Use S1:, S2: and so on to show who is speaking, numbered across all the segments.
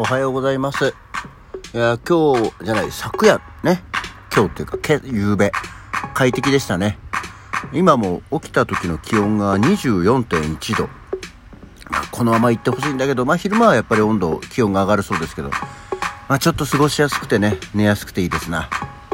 S1: おはようございます。いや、今日じゃない、昨夜ね。今日っていうか、夕べ。快適でしたね。今も起きた時の気温が 24.1 度。このまま行ってほしいんだけど、昼間はやっぱり気温が上がるそうですけど、ちょっと過ごしやすくてね、寝やすくていいですな。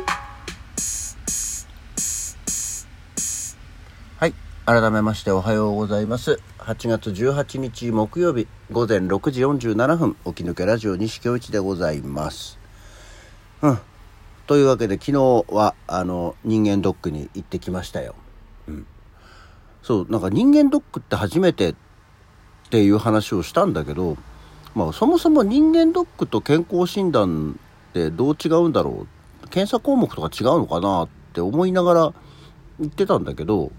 S1: はい。改めましておはようございます。8月18日木曜日午前6時47分、起き抜けラジオ西京一でございます。というわけで昨日は人間ドックに行ってきましたよ。そう、なんか人間ドックって初めてっていう話をしたんだけど、そもそも人間ドックと健康診断ってどう違うんだろう、検査項目とか違うのかなって思いながら言ってたんだけど、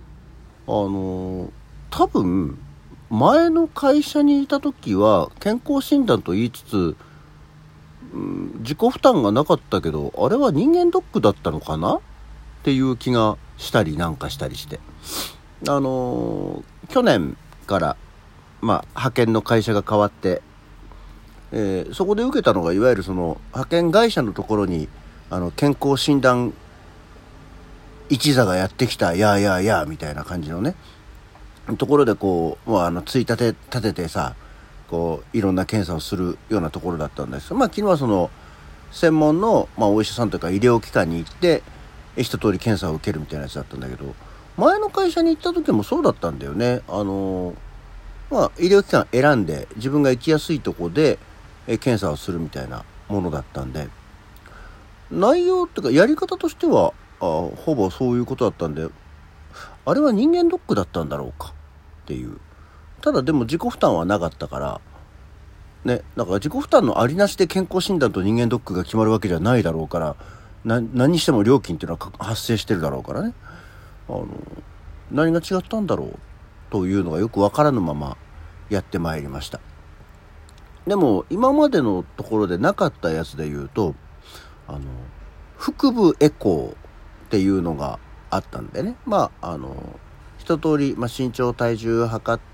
S1: 多分前の会社にいた時は健康診断と言いつつ、自己負担がなかったけど、あれは人間ドックだったのかなっていう気がしたりなんかしたりして、去年から派遣の会社が変わって、そこで受けたのがいわゆるその派遣会社のところに健康診断一座がやってきた、やーみたいな感じのねところでつい立ててさ、いろんな検査をするようなところだったんです。昨日はその専門の、お医者さんというか医療機関に行って一通り検査を受けるみたいなやつだったんだけど、前の会社に行った時もそうだったんだよね。医療機関選んで自分が行きやすいとこで検査をするみたいなものだったんで、内容っていうかやり方としてはほぼそういうことだったんで、あれは人間ドックだったんだろうかっていう。ただでも自己負担はなかったからね、だから自己負担のありなしで健康診断と人間ドックが決まるわけじゃないだろうから、何にしても料金っていうのは発生してるだろうからね、何が違ったんだろうというのがよくわからぬままやってまいりました。でも今までのところでなかったやつで言うと、腹部エコーっていうのがあったんでね、一通り、身長体重測って、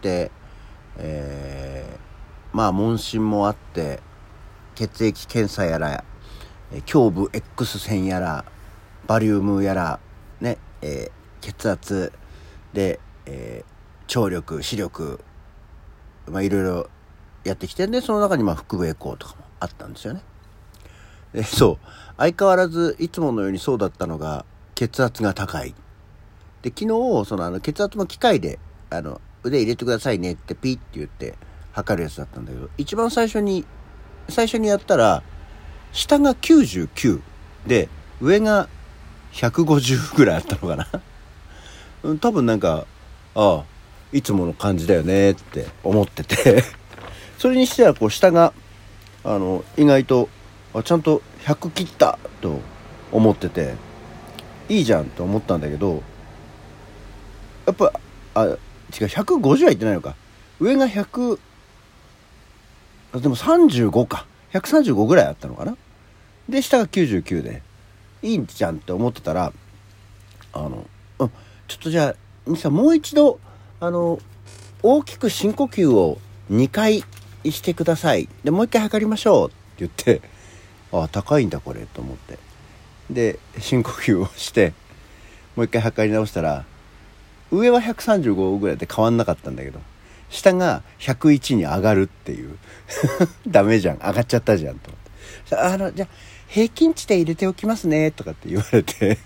S1: 問診もあって、血液検査やら、胸部 X 線やら、バリウムやらね、血圧で、聴力、視力、いろいろやってきて、でその中に腹部エコーとかもあったんですよね。でそう相変わらずいつものようにそうだったのが血圧が高いで、昨日血圧も機械で腕入れてくださいねってピッって言って測るやつだったんだけど、一番最初にやったら下が99で上が150ぐらいあったのかな多分いつもの感じだよねって思っててそれにしては下が意外とちゃんと100切ったと思ってていいじゃんと思ったんだけど、やっぱ違う、150はいってないのか。上が100、でも35か、135ぐらいあったのかな。で下が99でいいじゃんって思ってたら、ちょっとじゃあ兄さんもう一度大きく深呼吸を2回してください。でもう一回測りましょうって言って、高いんだこれと思って、で深呼吸をしてもう一回測り直したら、上は135ぐらいで変わんなかったんだけど、下が101に上がるっていうダメじゃん、上がっちゃったじゃんと思って、じゃあ平均値で入れておきますねとかって言われて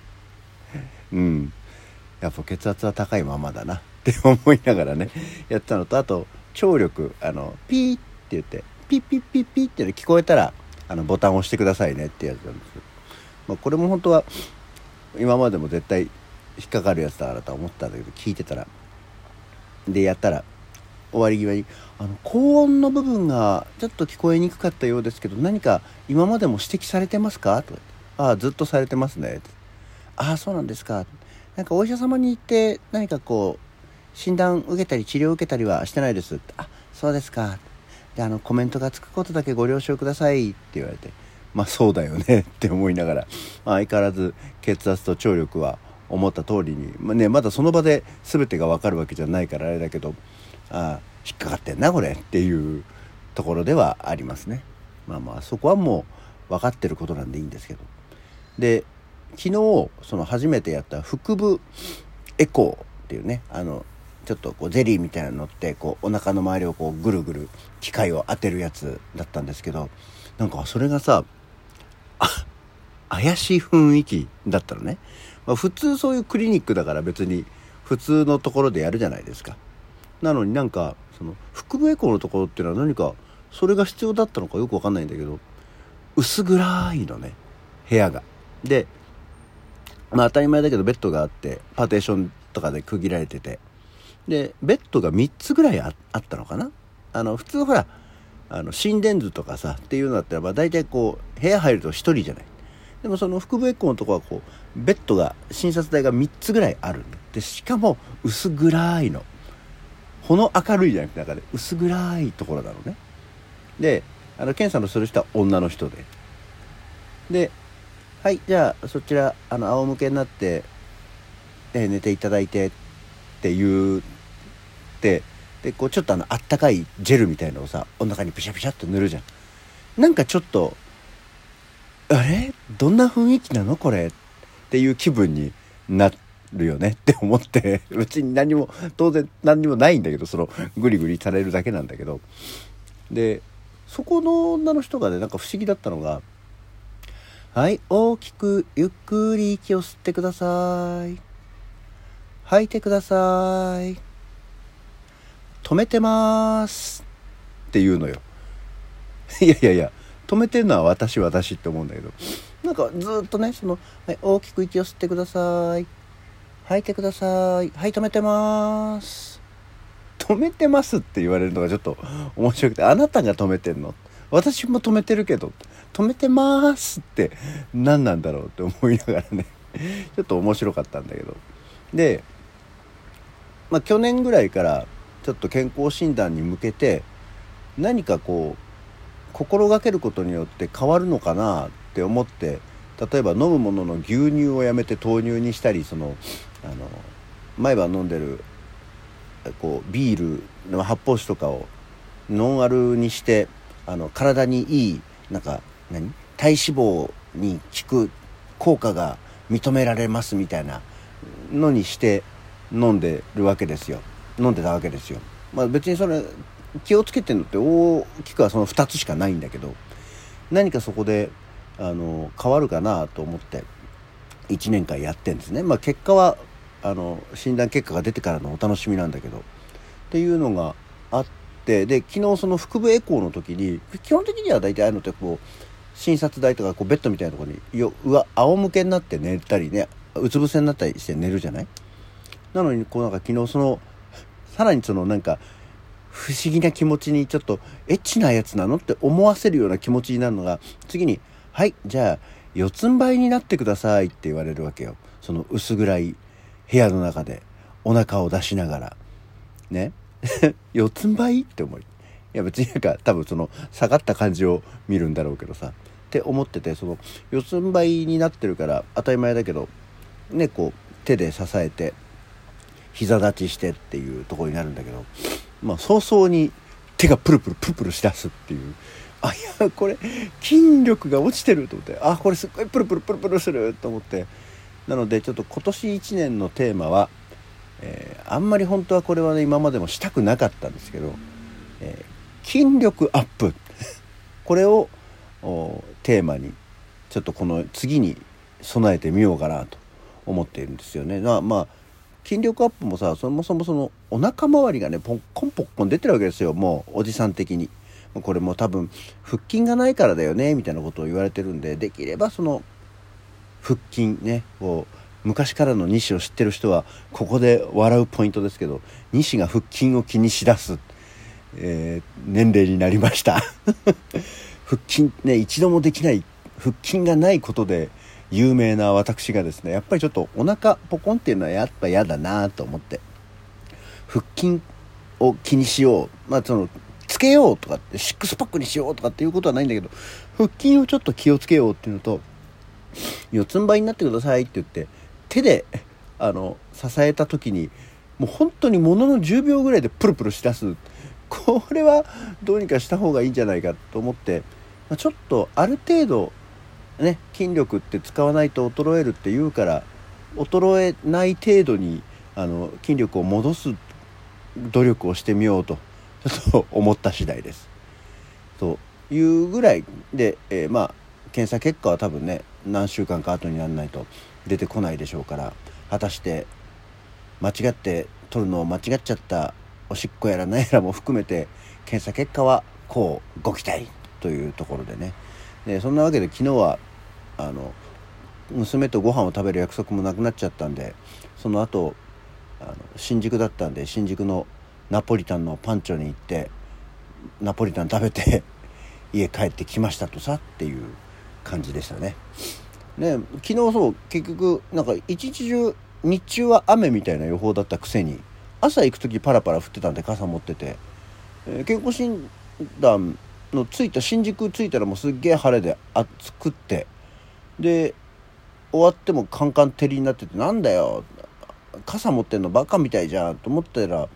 S1: やっぱ血圧は高いままだなって思いながらねやったのと、あと聴力ピーって言ってピッピッピッピッって聞こえたらボタンを押してくださいねってやつなんですよ。これも本当は今までも絶対引っかかるやつだからと思ったんだけど、聞いてたらでやったら終わり際に高音の部分がちょっと聞こえにくかったようですけど、何か今までも指摘されてますかとか、ずっとされてますね。そうなんですか。お医者様に行って何か診断受けたり治療受けたりはしてないです。そうですか。でコメントがつくことだけご了承くださいって言われて、そうだよねって思いながら、相変わらず血圧と聴力は思った通りに、まだその場で全てが分かるわけじゃないからあれだけど、引っかかってんなこれっていうところではありますね。 そこはもう分かってることなんでいいんですけど、で昨日その初めてやった腹部エコーっていうね、ちょっとこうゼリーみたいなの乗ってこうお腹の周りをこうぐるぐる機械を当てるやつだったんですけど、なんかそれがさ怪しい雰囲気だったのね。普通そういうクリニックだから別に普通のところでやるじゃないですか。なのになんかその腹部エコーのところっていうのは何かそれが必要だったのかよくわかんないんだけど、薄暗いのね、部屋が。で当たり前だけどベッドがあってパーテーションとかで区切られてて、でベッドが3つぐらい あったのかな。普通ほら心電図とかさっていうのだったら大体こう部屋入ると1人じゃない。でもその腹部エコーのとこはこうベッドが診察台が3つぐらいあるんで、しかも薄暗いの、ほの明るいじゃなくて中で薄暗いところなのね。で検査のする人は女の人で、はい、じゃあそちら仰向けになって、寝ていただいてって言ってでこうちょっとあったかいジェルみたいのをさお腹にピシャピシャっと塗るじゃん。なんかちょっとあれどんな雰囲気なのこれっていう気分になるよねって思って、別に当然何にもないんだけど、そのグリグリされるだけなんだけど、でそこの女の人がねなんか不思議だったのが、はい、大きくゆっくり息を吸ってください、吐いてください、止めてますって言うのよ。いや止めてるのは私って思うんだけど、なんかずっとねはい、大きく息を吸ってください、吐いてください、はい、止めてますって言われるのがちょっと面白くて、あなたが止めてんの、私も止めてるけど止めてますって何なんだろうって思いながらねちょっと面白かったんだけど、で去年ぐらいからちょっと健康診断に向けて何かこう心がけることによって変わるのかなって思って、例えば飲むものの牛乳をやめて豆乳にしたり、毎晩飲んでるこうビールの発泡酒とかをノンアルにして体にいい体脂肪に効く効果が認められますみたいなのにして飲んでたわけですよ。別にそれ気をつけてるのって大きくはその2つしかないんだけど、何かそこで変わるかなと思って1年間やってんですね。結果は診断結果が出てからのお楽しみなんだけどっていうのがあって、で昨日その腹部エコーの時に基本的には大体ってこう診察台とかこうベッドみたいなところに仰向けになって寝たりね、うつ伏せになったりして寝るじゃない。なのにこうなんか昨日さらになんか不思議な気持ちに、ちょっとエッチなやつなのって思わせるような気持ちになるのが、次にはいじゃあ四つん這いになってくださいって言われるわけよ。その薄暗い部屋の中でお腹を出しながらね四つん這いって思い、いや別に多分下がった感じを見るんだろうけどさって思ってて、四つん這いになってるから当たり前だけどね、こう手で支えて膝立ちしてっていうところになるんだけど、早々に手がプルプルしだすっていう、いやこれ筋力が落ちてると思って、これすっごいプルプルすると思って、なのでちょっと今年1年のテーマは、あんまり本当はこれはね今までもしたくなかったんですけど、筋力アップこれをテーマにちょっとこの次に備えてみようかなと思っているんですよね。筋力アップもさ、そもそもお腹周りがねポッコン出てるわけですよ。もうおじさん的にこれも多分腹筋がないからだよねみたいなことを言われてるんで、できれば腹筋ねこう昔からの西を知ってる人はここで笑うポイントですけど、西が腹筋を気にしだす、年齢になりました腹筋ね一度もできない、腹筋がないことで有名な私がですね、やっぱりちょっとお腹ポコンっていうのはやっぱ嫌だなと思って、腹筋を気にしよう、つけようとかってシックスパックにしようとかっていうことはないんだけど、腹筋をちょっと気をつけようっていうのと、四つん這いになってくださいって言って手で支えた時にもう本当にものの10秒ぐらいでプルプルしだす、これはどうにかした方がいいんじゃないかと思ってちょっとある程度ね、筋力って使わないと衰えるって言うから、衰えない程度に筋力を戻す努力をしてみようとちょっと思った次第です。というぐらいで、検査結果は多分ね、何週間か後にならないと出てこないでしょうから、果たして間違って取るのを間違っちゃったおしっこやら何やらも含めて、検査結果はこうご期待というところでね。でそんなわけで昨日は娘とご飯を食べる約束もなくなっちゃったんで、その後新宿だったんで、新宿のナポリタンのパンチョに行ってナポリタン食べて家帰ってきましたとさっていう感じでしたね。昨日そう結局なんか一日中日中は雨みたいな予報だったくせに、朝行く時パラパラ降ってたんで傘持ってて、健康診断の新宿着いたらもうすっげえ晴れで暑くって、で終わってもカンカン照りになってて、なんだよ傘持ってんのバカみたいじゃんと思ったら、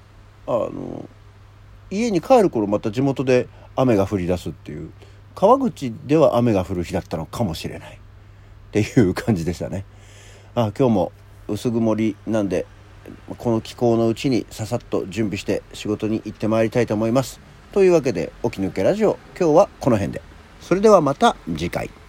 S1: 家に帰る頃また地元で雨が降り出すっていう、川口では雨が降る日だったのかもしれないっていう感じでしたね。今日も薄曇りなんで、この気候のうちにささっと準備して仕事に行ってまいりたいと思います。というわけで起き抜けラジオ、今日はこの辺で。それではまた次回。